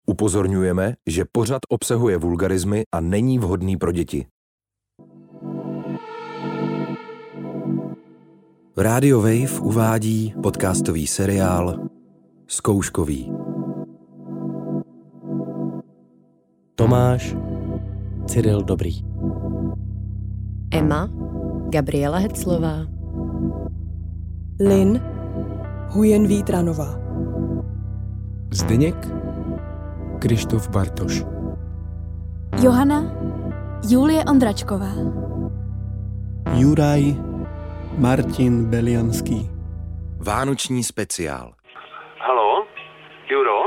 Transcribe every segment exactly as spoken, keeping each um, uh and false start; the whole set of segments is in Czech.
Upozorňujeme, že pořad obsahuje vulgarismy a není vhodný pro děti. Radio Wave uvádí podcastový seriál Zkouškový. Tomáš Cyril Dobrý. Emma Gabriela Heclová. Lin Hujen Vítranová. Zdeněk Krištof Bartoš. Johana Julie Ondračková. Juraj Martin Belianský. Vánoční speciál. Haló, Juro?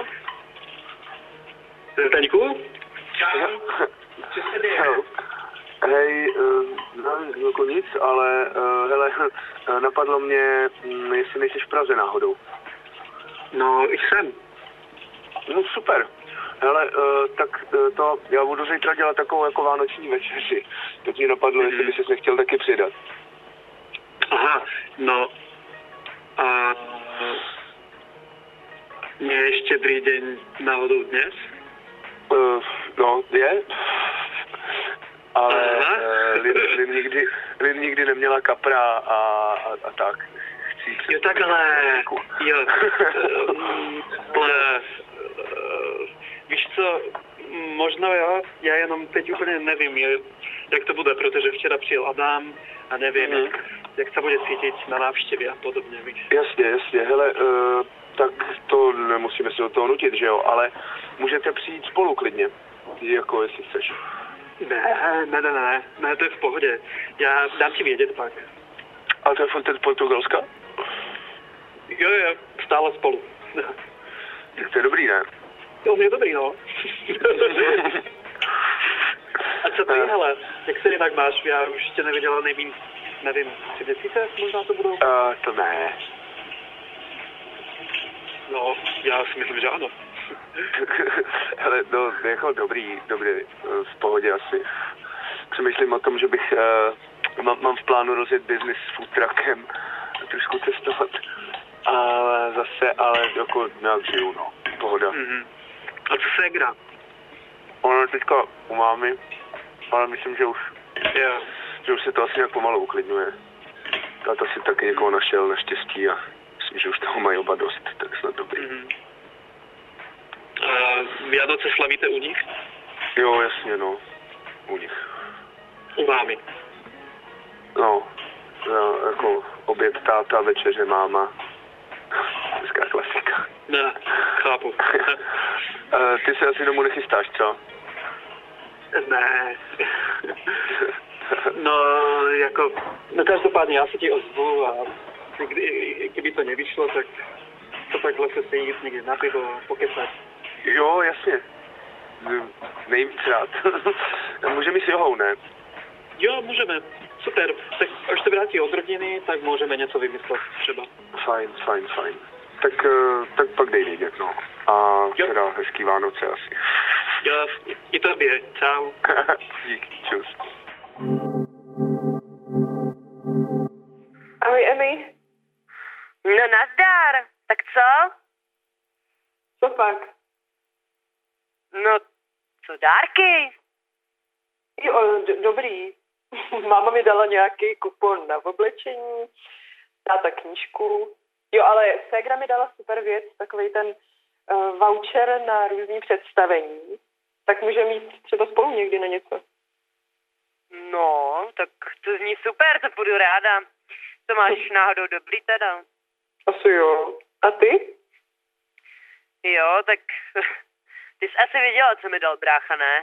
Taňku? Čau. Co se děje? Hej, uh, no, jako nic, ale uh, hele, uh, napadlo mě, um, jestli nejsi v Praze náhodou. No, jsem. No super. Hele, uh, tak uh, to, já budu zítra dělat takovou jako vánoční večeři. Tak mě napadlo, mm-hmm. jestli by ses nechtěl taky přidat. Aha, no. A nie je štědrý deň náhodou dnes? Uh, no, je. Ale uh, Lin, Lin, nikdy, Lin nikdy neměla kapra a, a, a tak. Chci jo, takhle. Jo. Ale, víš co, možno jo, já jenom teď úplně nevím, jak to bude, protože včera přijel Adam a nevím, mm-hmm. jak, jak se bude cítit na návštěvě a podobně, víš. Jasně, jasně, hele, uh, tak to nemusíme se do toho nutit, že jo, ale můžete přijít spolu klidně, jako jestli chceš. Ne, ne, ne, ne, ne, to je v pohodě, já dám ti vědět pak. A to je fakt ten Portugalska? Jo, jo, stále spolu. Tak to je dobrý, ne? Jo, je dobrý, no. A co ty, hele, jak se jinak máš? Já už tě neviděla, nevím, nevím, tři měsíce možná to budou? Uh, to ne. No, já si myslím, že ano. Hele, no, jako dobrý, dobrý, v pohodě asi. Přemýšlím o tom, že bych, uh, mám, mám v plánu rozjet biznis s food truckem a trošku testovat. Ale zase, ale jako nějak žiju, no, pohoda. Mm-hmm. A co se hra? Ona je teďka u mámy, ale myslím, že už, yeah. že už se to asi nějak pomalu uklidňuje. Táta si taky někoho našel naštěstí a myslím, že už toho mají oba dost, tak snad dobrý. Mm-hmm. A Vianoce slavíte u nich? Jo, jasně, no, u nich. U mámy? No, no jako oběd táta, večeře máma. Hezká klasika. Ne, chápu. Ty se asi domů nechystáš, co? Ne. No, jako, no každopádně já se ti ozvu a kdy, kdyby to nevyšlo, tak to takhle se sejít někdy na pivo, pokecat. Jo, jasně. Nejvíc rád. Můžeme si johou, ne? Jo, můžeme. Super. Tak až se vrátí od rodiny, tak můžeme něco vymyslet třeba. Fajn, fajn, fajn. Tak, tak pak dej vědět, no. A teda hezký Vánoce asi. Jo, i tobě. Čau. Díky, čus. Ahoj, Emi. No nazdar. Tak co? Co pak? No, co dárky? Jo, d- dobrý. Máma mi dala nějaký kupon na oblečení, táta knížku. Jo, ale ségra mi dala super věc, takovej ten uh, voucher na různý představení. Tak můžeme mít třeba spolu někdy na něco. No, tak to zní super, to budu ráda. To máš náhodou dobrý teda? Asi jo. A ty? Jo, tak ty jsi asi viděla, co mi dal brácha, ne?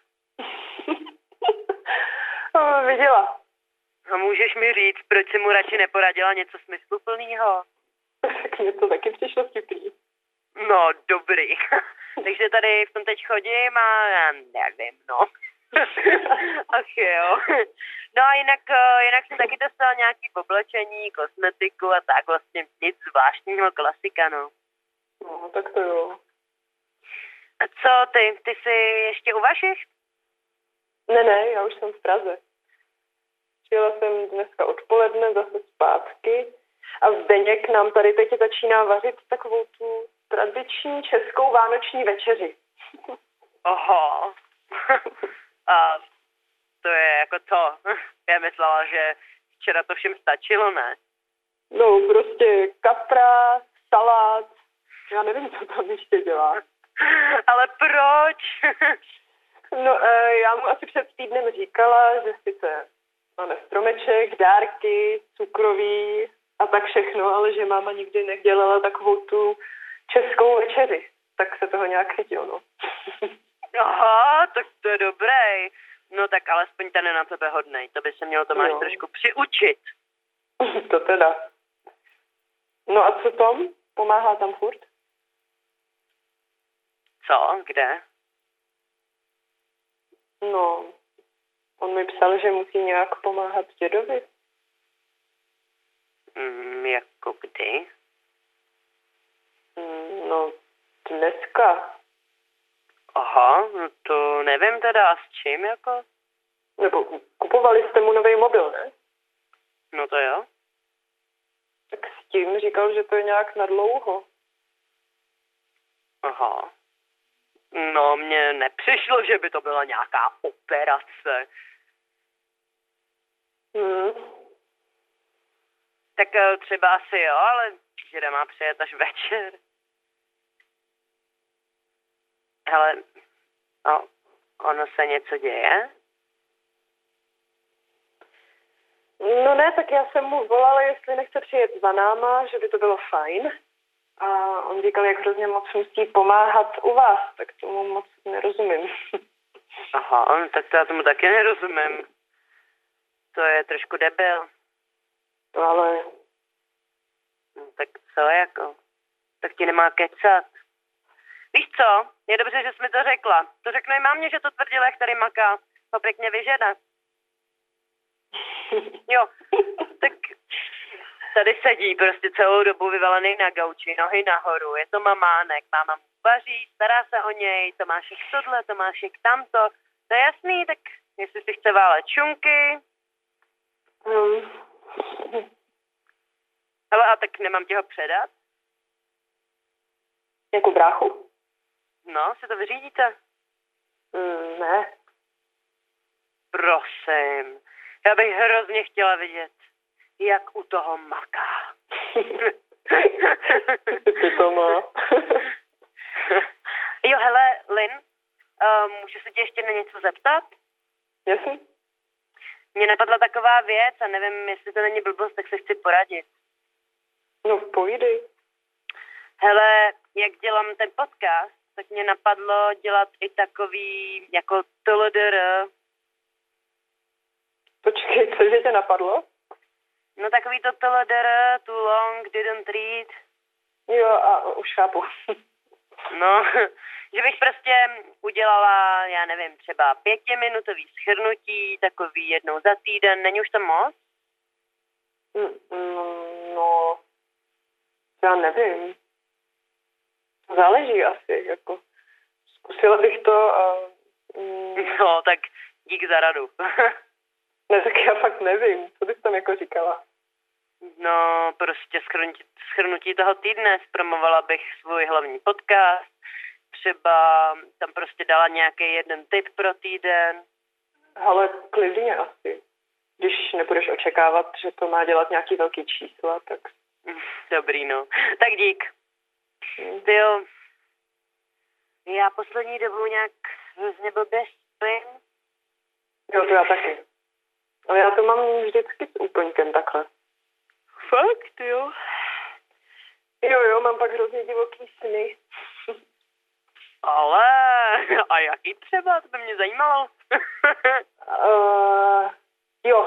No, viděla. A můžeš mi říct, proč jsi mu radši neporadila něco smysluplného? Tak mě to taky přišlo vtipný. No, dobrý. Takže tady v tom teď chodím a já nevím, no. Ach jo. No a jinak, jinak jsem taky dostal nějaký oblečení, kosmetiku a tak vlastně nic zvláštního, klasika, no. No, tak to jo. A co ty? Ty jsi ještě u vašich? Ne, ne, já už jsem v Praze. Přijela jsem dneska odpoledne zase zpátky a Zdeněk nám tady teď začíná vařit takovou tu tradiční českou vánoční večeři. Oho. A to je jako to. Já myslela, že včera to všem stačilo, ne? No, prostě kapra, salát, já nevím, co tam ještě dělá. Ale proč? No, já mu asi před týdnem říkala, že sice máme stromeček, dárky, cukroví a tak všechno, ale že máma nikdy nedělala takovou tu českou večeři. Tak se toho nějak chytil, no. Aha, tak to je dobré. No tak alespoň ten je na tebe hodnej. To by se mělo Tomáš no. trošku přiučit. To teda. No a co Tom? Pomáhá tam furt? Co? Kde? No, on mi psal, že musí nějak pomáhat dědovi. Mm, jako kdy? Mm, no, dneska. Aha, no to nevím teda, a s čím jako? Nebo kupovali jste mu nový mobil, ne? No to jo. Tak s tím říkal, že to je nějak na dlouho. Aha. No, mně nepřišlo, že by to byla nějaká operace. Hmm. Tak třeba asi jo, ale že má přijet až večer. Hele, no, ono se něco děje? No ne, tak já jsem mu volala, jestli nechce přijet za náma, že by to bylo fajn. A on říkal, jak hrozně moc musí pomáhat u vás, tak tomu moc nerozumím. Aha, tak to já tomu taky nerozumím. To je trošku debil. No ale... No, tak co jako? Tak ti nemá kecat. Víš co? Je dobře, že jsi mi to řekla. To řeknu i mámě, že to tvrdil, jak tady maká. Ho pěkně vyžene. Jo, tak tady sedí prostě celou dobu vyvalený na gauči, nohy nahoru. Je to mamánek, máma mu vaří, stará se o něj, Tomášek tohle, Tomášek tamto. To je jasný, tak jestli si chce válet šunky. Mm. Hele, a tak nemám ti ho předat? Jako bráchu? No, si to vyřídíte? Mm, ne. Prosím, já bych hrozně chtěla vidět, jak u toho maká. Ty to má. Jo, hele, Lin, uh, můžu se tě ještě na něco zeptat? Jasně. Mně napadla taková věc a nevím, jestli to není blbost, tak se chci poradit. No, povídej. Hele, jak dělám ten podcast, tak mě napadlo dělat i takový jako T L D R. Počkej, cože tě napadlo? No takový to T L D R, too long, didn't read. Jo, a už chápu. No, že bych prostě udělala, já nevím, třeba pětiminutový shrnutí, takový jednou za týden, není už to moc? No, já nevím. Záleží asi, jako. Zkusila bych to a... Mm... No, tak dík za radu. Ne, tak já fakt nevím, co bys tam jako říkala. No, prostě schrnutí, schrnutí toho týdne, zpromovala bych svůj hlavní podcast, třeba tam prostě dala nějaký jeden tip pro týden. Ale klidně asi. Když nebudeš očekávat, že to má dělat nějaký velký čísla, tak... Dobrý, no. Tak dík. Hmm. Ty jo, já poslední dobou nějak hrozně blbě spím. Jo, to já taky. Ale já to mám vždycky s úplňkem takhle. Fakt, jo? Jo, jo, mám pak hrozně divoký sny. Ale, a jaký třeba? To by mě zajímalo. uh, jo.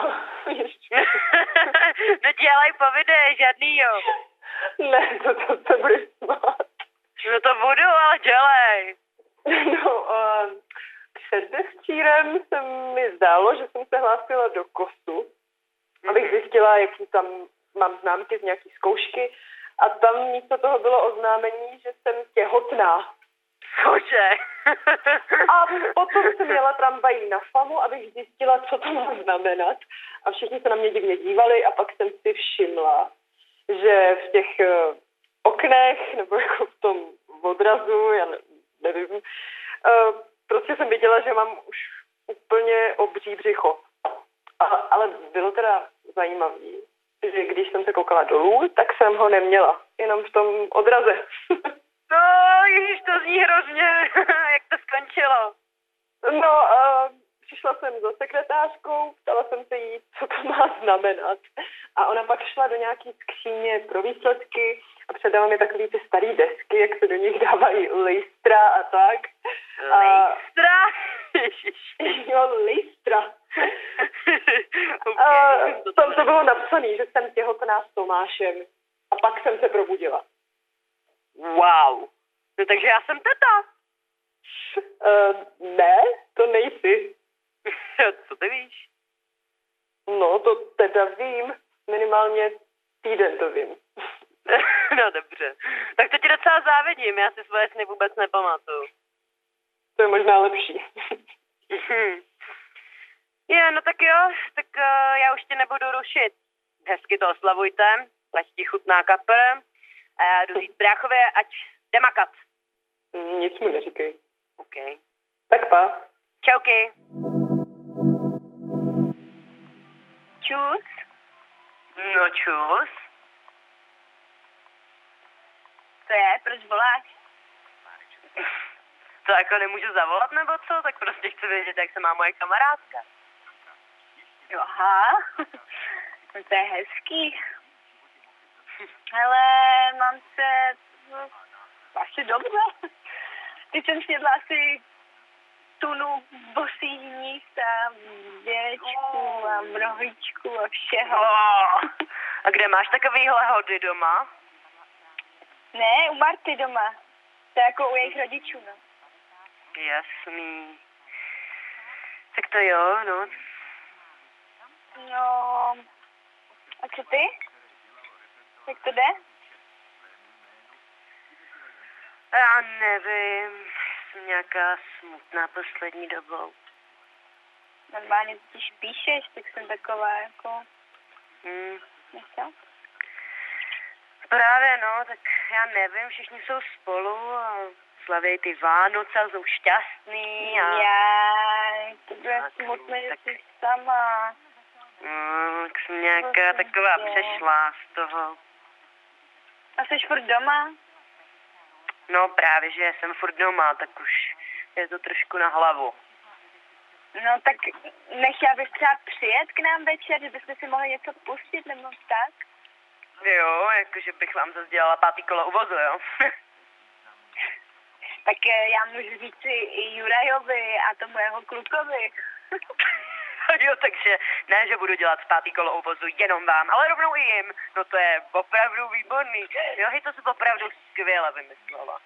No dělaj, povidej, žádný jo. Ne, to, to se budeš smát. No to budu, ale dělej. No, uh, předevčírem se mi zdálo, že jsem se hlásila do kosu, abych zjistila, jaký tam mám známky z nějaký zkoušky a tam místo toho bylo oznámení, že jsem těhotná. Cože? A potom jsem jela tramvají na FAMu, abych zjistila, co to má znamenat. A všichni se na mě divně dívali a pak jsem si všimla, že v těch uh, oknech, nebo jako v tom odrazu, já nevím, Uh, prostě jsem viděla, že mám už úplně obří břicho. A, ale bylo teda zajímavý, že když jsem se koukala dolů, tak jsem ho neměla. Jenom v tom odraze. No, ježiš, to zní hrozně. Jak to skončilo? No, uh, přišla jsem za sekretářkou, ptala jsem se jí, co to má znamenat. A ona pak šla do nějaký skříně pro výsledky a předala mi takový ty starý desky, jak se do nich dávají listra a tak. Listra? Ježiš. Jo, listra. Okay, a tam to bylo napsané, že jsem těhotná s Tomášem. A pak jsem se probudila. Wow. No takže já jsem teta. Uh, ne, to nejsi. Co ty víš? No, to teda vím. Minimálně týden to vím. No dobře. Tak to ti docela závidím, já si svoje sny vůbec nepamatuju. To je možná lepší. Je, no tak jo, tak uh, já už tě nebudu rušit. Hezky to oslavujte, ať ti chutná kapr. A já jdu říct bráchově, ať jde makat. Nic mu neříkej. OK. Tak pa. Čauky. Čus. No čus. Co je, proč voláš? To jako nemůžu zavolat nebo co? Tak prostě chci vědět, jak se má moje kamarádka. Aha, no to je hezký. Hele, mám se no, asi dobře. Teď jsem snědla asi tunu bosých hnízd a děčku a mrovičku a všeho. Oh, a kde máš takovýhle hody doma? Ne, u Marty doma. To je jako u jejich rodičů, no. Jasný. Tak to jo, no. No, a co ty? Jak to jde? Já nevím, jsem nějaká smutná poslední dobou. Normálně totiž píšeš, tak jsem taková jako... Hmm. Něco? Právě no, tak já nevím, všichni jsou spolu a slavějí ty Vánoce a jsou šťastný a... Já, to bude smutné, že jsi sama. No, tak jsem nějaká taková přešlá z toho. A jsi furt doma? No právě, že jsem furt doma, tak už je to trošku na hlavu. No tak nechtěla bys třeba přijet k nám večer, že bychom si mohli něco pustit nebo tak? Jo, jakože bych vám zase dělala pátý kolo uvozu, jo? Tak já můžu říct si Jurajovi a tomu jeho klukovi. Jo, takže ne, že budu dělat pátý kolo uvozu jenom vám, ale rovnou i jim. No to je opravdu výborný. Jo, hej, to se opravdu skvěle vymyslela.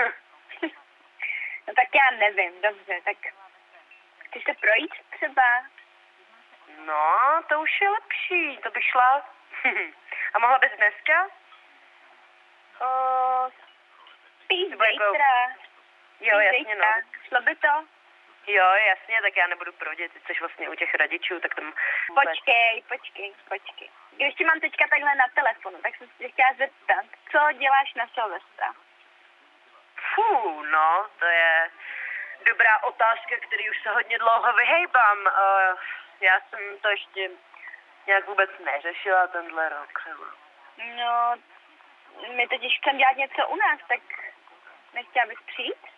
No tak já nevím, dobře, tak chceš se projít třeba? No, to už je lepší, to by šla. A mohla bys dneska? O, spíš zítra. Jo, jasně, no. Šlo by to? Jo, jasně, tak já nebudu prodit, ty jsi vlastně u těch rodičů, tak tam... Počkej, počkej, počkej. Když ti mám teďka takhle na telefonu, tak jsem se chtěla zeptat, co děláš na Silvestra? Fú, no, to je dobrá otázka, který už se hodně dlouho vyhejbám. Uh, já jsem to ještě nějak vůbec neřešila tenhle rok. No, my totiž chceme dělat něco u nás, tak nechtěla bys přijít?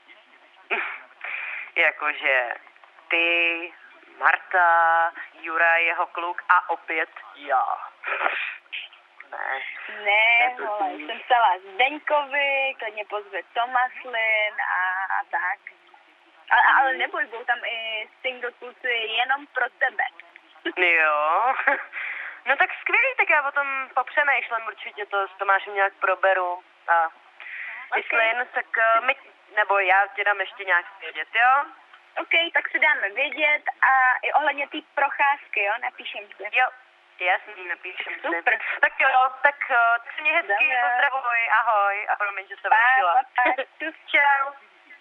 Jakože ty, Marta, Jura, jeho kluk a opět já. Ne. Ne, hele, jsem psala Zdeňkovi, klidně pozve Tomaslin a, a tak. A, ale neboj, budou tam i single kluci jenom pro tebe. Jo. No tak skvělý, tak já o tom popřemýšlím, určitě to s Tomášem nějak proberu. A okay. Slin, tak uh, my, nebo já ti dám ještě nějak vědět, jo? OK, tak se dáme vědět a i ohledně té procházky, jo, napíšem si. Jo, jasný, napíšem si. Super. Tak jo, tak uh, se mě hezky, Dáme. pozdravuj, ahoj a promiň, že se Pa, vršila. pa, pa. Čau.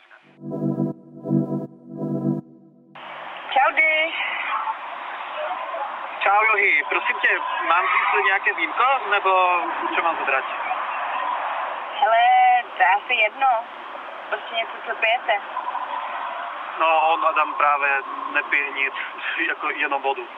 Čau, Dy. Čau, Johy, prosím tě, mám říct nějaké vínko, nebo co mám zabrať? Hele, to je asi jedno. Prostě něco, co pijete. No, on Adam právě nepije nic, jako jenom vodu.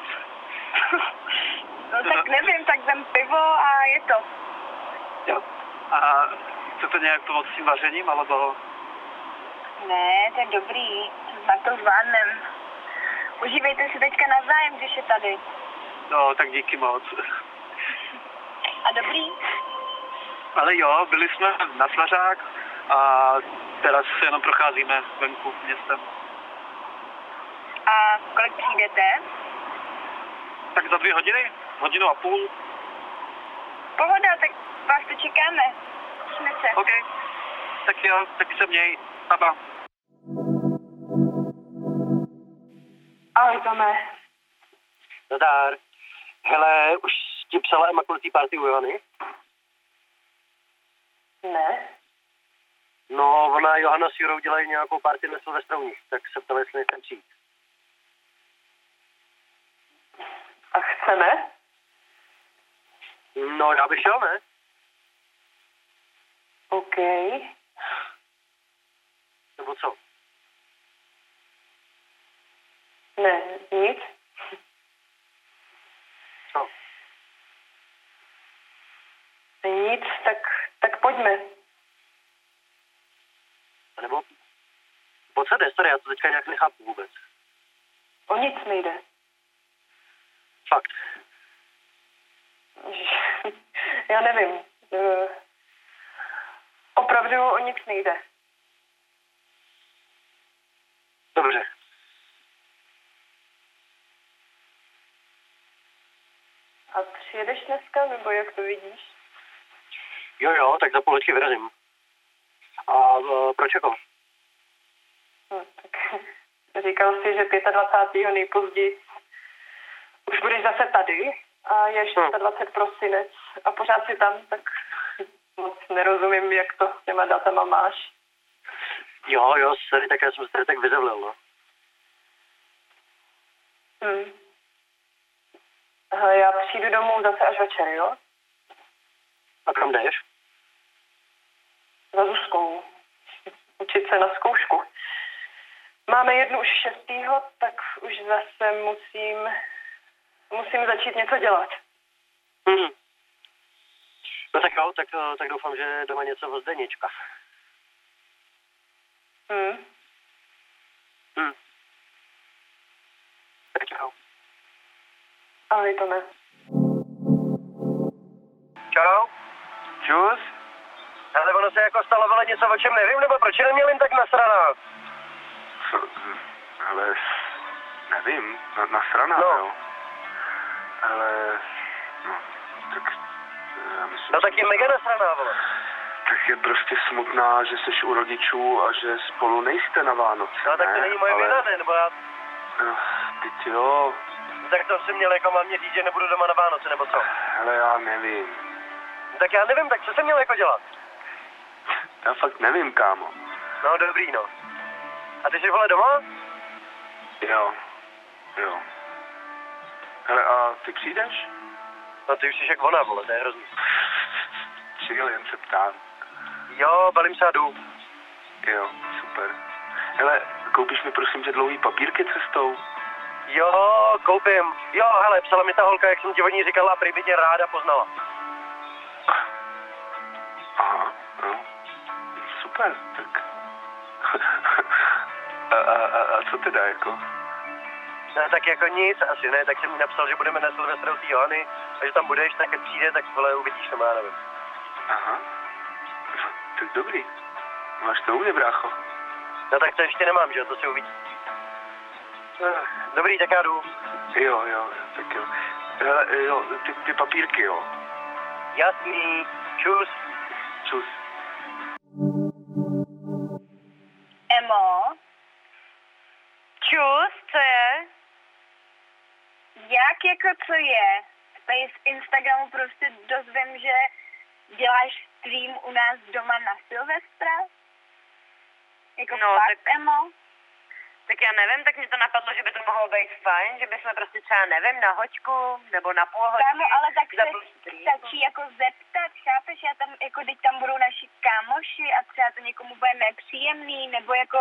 No tak nevím, tak vem pivo a je to. Jo. A chcete nějak pomoct s tím vařením, alebo... Ne, to je dobrý, na to zvládnem. Užívejte si teďka navzájem, když je tady. No, tak díky moc. A dobrý? Ale jo, byli jsme na Svařák a teraz se jenom procházíme venku městem. A kolik přijdete? Tak za dvě hodiny, hodinu a půl. Pohoda, tak vás tu čekáme. Jsme se. OK, tak jo, tak se měj. Papa. Ahoj, Tome. Zdar. Hele, už ti psala Emma kvůli té party u Johany? Ne. No, ona Johana s Jurou dělají nějakou party na Silvestrovních, tak se ptala, jestli nechcem přijít. A chceme? No, já bych šel, ne? OK. Nebo co? Ne, nic. Co? Nic, tak, tak pojďme. A nebo... Po co jde, sorry, já to teďka nějak nechápu vůbec. O nic nejde. Fakt. Já nevím. Uh, opravdu o nic nejde. Dobře. A přijedeš dneska, nebo jak to vidíš? Jo, jo, tak za půl hoďky vyrazím. A uh, proč jako? No, tak říkal jsi, že dvacátého pátého nejpozději už budeš zase tady a je dvacátého šestého prosinec a pořád si tam, tak moc nerozumím, jak to s těma datama máš. Jo, jo, sorry, tak já jsem se tady tak vyzavlil, no. Hmm. Aha, já přijdu domů zase až večer, jo? A kam jdeš? Za Zuzkou. Učit se na zkoušku. Máme jednu už šestýho, tak už zase musím, musím začít něco dělat. Hmm. No tak jo, tak, tak doufám, že doma něco od Zdeněčka. Hmm. Hmm. Tak jo. Ahoj, Tome. Čau. Čus? Ale ono se jako stalo vole něco, o čem nevím, nebo proč je neměl jen tak nasraná? Co? Ale nevím, na, nasraná, no. Jo. Ale, no, tak já myslím... No tak je mega nasraná, vole. Tak je prostě smutná, že jsi u rodičů a že spolu nejste na Vánoce, No tak to ne? není moje Ale... vina, ne, nebo já... No, teď jo. Tak to si měl jako mám mě říct, že nebudu doma na Vánoce, nebo co? Ale já nevím. Tak já nevím, tak co jsem měl jako dělat? Já fakt nevím, kámo. No dobrý, no. A ty jsi vole doma? Jo, jo. Hele, a ty přijdeš? No ty už jsi jak ona, vole, to je hrozný. Čil, jen se ptám. Jo, balím se a jdu. Jo, super. Hele, koupíš mi prosím tě dlouhý papírky cestou? Jo, koupím. Jo, hele, psala mi ta holka, jak jsem ti o ní říkala, prý by tě ráda poznala. Aha, no. Super, tak. a, a, a, a co teda, jako? No, tak jako nic, asi ne, tak jsem mi napsal, že budeme na Silvestra u té Johany a že tam budeš, tak když přijde, tak vole uvidíš, nebo já nevím. Aha, tak dobrý. Máš to u mě, brácho? No tak to ještě nemám, že jo, to si uvidí. Dobrý, tak já jdu. Jo, jo, tak jo. Hele, jo, ty, ty papírky, jo. Jasný, čus. Čus. Emo? Čus, co je? Jak jako co je? Tady z Instagramu prostě dozvím, že děláš stream u nás doma na Silvestra? Jako No, fakt, tak- Emo? Tak já nevím, tak mě to napadlo, že by to mohlo být fajn, že bychom prostě třeba, nevím, na hoďku nebo na půl hoďky. Kámo, ale tak se zapl stream. stačí jako zeptat, chápeš? Já tam, jako teď tam budou naši kámoši a třeba to někomu bude nepříjemný, nebo jako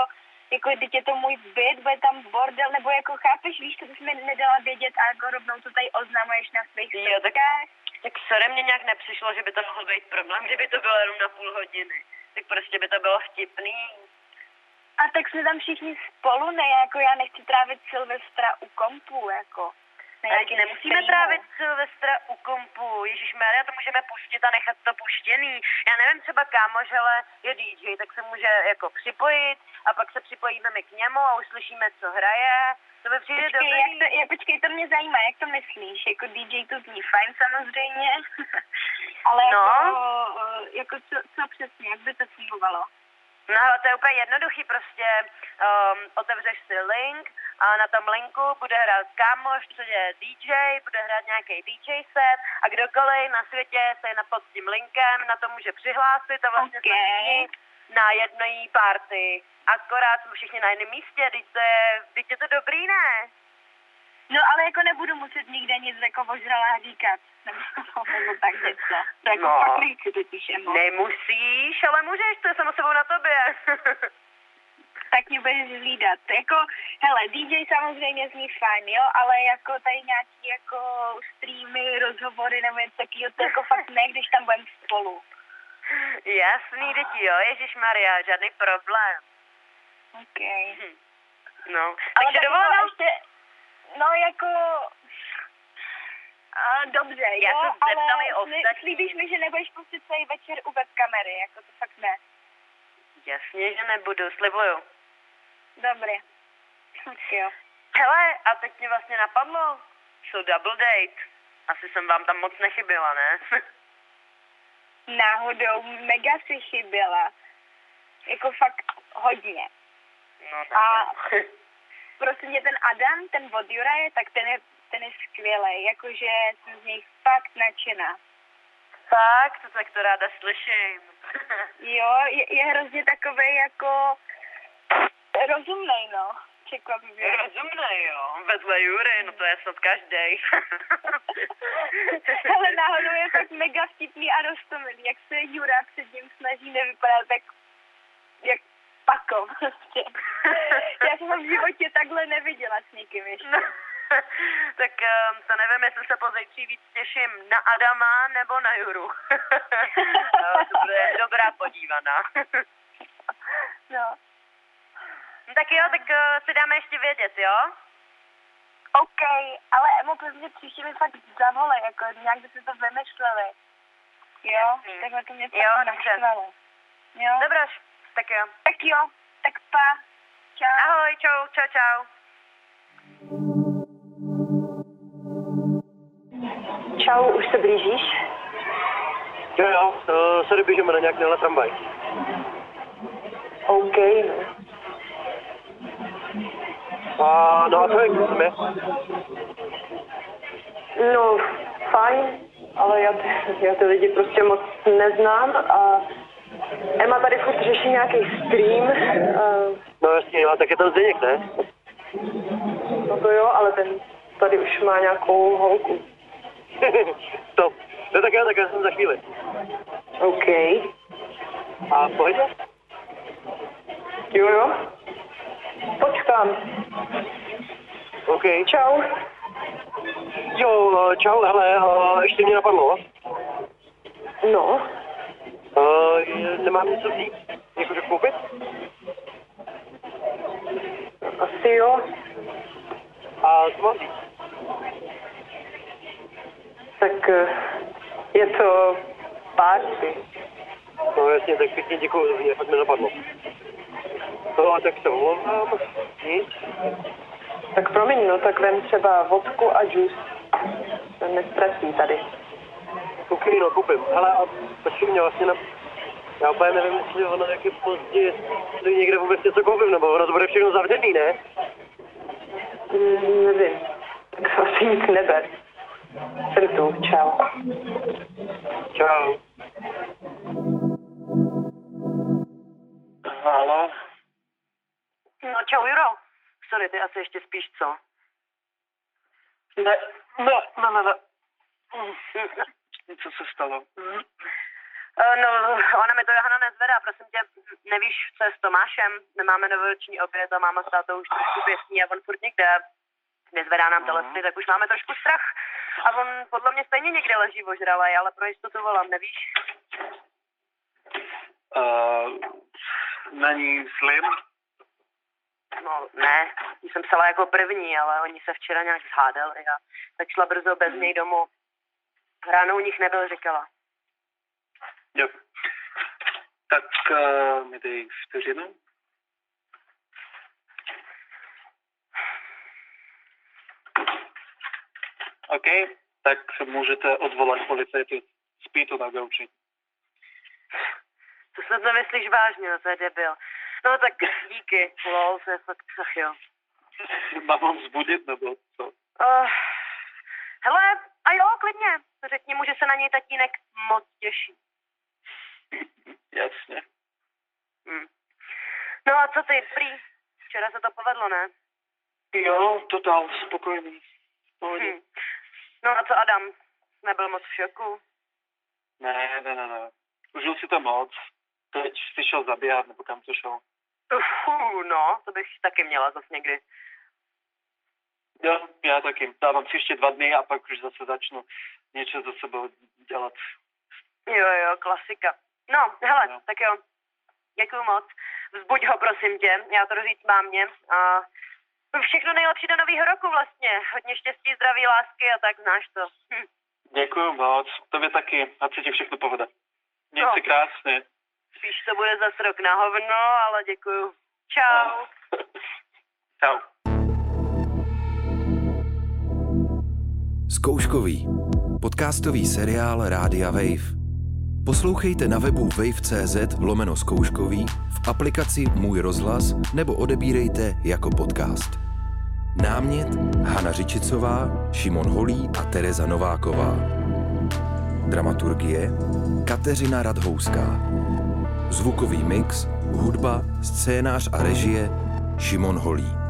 jako teď je to můj byt, bude tam bordel, nebo jako chápeš, víš, to bys mi nedala vědět a jako rovnou to tady oznamuješ na svých Jo, tak, tak sorry, mně nějak nepřišlo, že by to mohl být problém, kdyby to bylo jenom na půl hodiny. Tak prostě by to bylo vtipný. A tak jsme tam všichni spolu, ne, jako já nechci trávit Silvestra u kompu, jako. Ne, ale nemusíme trávit Silvestra u kompu, ježišmarja, to můžeme pustit a nechat to puštěný. Já nevím, třeba kámoš, ale je dý džej, tak se může jako připojit a pak se připojíme my k němu a uslyšíme, co hraje. To by přijde počkej, dobrý. Jak to, je, počkej, to mě zajímá, jak to myslíš, jako dý džej to zní fajn samozřejmě, ale no. jako, jako co, co přesně, jak by to fungovalo? No ale to je úplně jednoduchý, prostě um, otevřeš si link a na tom linku bude hrát kámoš, co je dý džej, bude hrát nějaký dý džej set a kdokoliv na světě se na pod tím linkem na to může přihlásit a vlastně okay. všichni na jedné party. Akorát jsme všichni na jednom místě, teď to je, teď je to dobrý, ne? No ale jako nebudu muset nikde nic jako ožralá říkat. Nebo, nebo tak něco. To jako no, fakt nechci totiž emo. Nemusíš, ale můžeš, to je samo sebou na tobě. Tak mě budeš hlídat. Jako, hele, dý džej samozřejmě zní fajn, jo, ale jako tady nějaký jako streamy, rozhovory nebo něco takového, to jako fakt ne, když tam budeme spolu. Jasný, děti, jo, ježišmarja, žádný problém. Okej. Okay. No, ale takže dovolená? Ještě, no jako... A, dobře, já jo, ale sli, slíbíš mi, že nebudeš pustit celý večer u webkamery, jako to fakt ne. Jasně, že nebudu, slibuju. Dobré. Jo. Hele, a teď mě vlastně napadlo, jsou double date. Asi jsem vám tam moc nechyběla, ne? Náhodou mega si chyběla. Jako fakt hodně. No tak a prosím mě ten Adam, ten od Juraje, tak ten je, ten je skvělej. Jakože jsem z něj fakt nadšená. Fakt? To tak to ráda slyším. Jo, je, je hrozně takovej jako rozumnej, no. Překvapivě. Rozumnej, jo. Vedle Jury, no to je snad každej. Ale náhodou je fakt mega vtipný a roztomilý. Jak se Jura před ním snaží nevypadat tak jak pako prostě. Já jsem ho v životě takhle neviděla s nikým ještě. No, tak um, to nevím, jestli se pozejtří víc těším na Adama nebo na Juru. No, to bude dobrá podívaná. No. No tak jo, tak uh, si dáme ještě vědět, jo? OK, ale Emo, prostě příště mi fakt zavolej, jako nějak by si to vymysleli. Jo? Jasný. Takhle to mě fakt naštvalo. Jo? Dobroš, tak jo. Tak jo, tak pa. Čau. Ahoj, čau, čau, čau. Čau, už se blížíš? Jo, jo, to se doběžeme na nějak na tramvaj. OK, no. A, no a co, jak jsme? No, fajn, ale já ty, já ty lidi prostě moc neznám a Emma tady furt řeší nějaký stream. Uh... No jasně, no, tak je ten Zdeněk, ne? No to jo, ale ten tady už má nějakou holku. Stop. No tak jo, tak já jsem za chvíli. OK. A v pohodě? Jo, jo. Počkám. OK. Čau. Jo, čau, hele, uh, ještě mě napadlo. No. Uh, nemám něco vzít? Jakože koupit? Asi jo. A co mám vzít? Tak je to party. No jasně, tak pěkně děkuju, to mě fakt nenapadlo. No a tak se omlouvám, nic. Tak promiň, no tak vem třeba vodku a džus. Ten nestratí tady. OK, no koupím. Hele, a počkej mě vlastně na... Já úplně nevím, jestli ono jak je pozdě, jestli někde vůbec něco koupím, nebo ono to bude všechno zavřený, ne? Mm, nevím. Tak asi nic neber. Jsem tu, čau. Čau. Halo? No čau, Juro. Sorry, ty asi ještě spíš, co? Ne, ne, ne, ne, ne. Co se stalo? No, ona mi to Johana nezvedá, prosím tě, nevíš, co je s Tomášem? Nemáme novoroční oběd a máma s tátou už trošku pěsní a on furt někde nezvedá nám telefony, tak už máme trošku strach. A on podle mě stejně někde leží ožralej, ale pro jistotu volám, nevíš? Uh, není slim? No, ne, jsem psala jako první, ale oni se včera nějak zhádali a tak šla brzo bez něj domů. Ráno u nich nebyl, říkala. Jo. Tak uh, mi dej vteřinu. OK, tak můžete odvolat policajtu. Spí tu na gauči. To se to myslíš vážně, no to je debil. No tak díky, lol, to je fakt, ach jo. Mám ho vzbudit, nebo co? Uh, hele, a jo, klidně. Řekni mu, že se na něj tatínek moc těší. Jasně. Hmm. No a co ty, prý? Včera se to povedlo, ne? Jo, totál spokojený. Hmm. No a co Adam? Nebyl moc v šoku? Ne, ne, ne, ne. Užil si to moc. Teď si šel zabíhat, nebo kam to šel? Uh, no, to bych taky měla zase někdy. Jo, já taky. Dávám si ještě dva dny a pak už zase začnu něco za sebou dělat. Jo, jo, klasika. No, hele, no. Tak jo. Děkuju moc. Vzbuď ho, prosím tě. Já to říct mámě. A všechno nejlepší do nového roku vlastně. Hodně štěstí, zdraví, lásky a tak, znáš to. Hm. Děkuju moc. Tobě taky. Ať se ti všechno povede. Měj no. se krásně. Spíš to bude zas rok na hovno, ale děkuju. Čau. No. Čau. Zkouškový. Podcastový seriál Rádia Wave. Poslouchejte na webu wave tečka cz lomeno zkouškový, v aplikaci Můj rozhlas nebo odebírejte jako podcast. Námět Hana Řičicová, Šimon Holý a Tereza Nováková. Dramaturgie Kateřina Radhouská. Zvukový mix, hudba, scénář a režie Šimon Holý.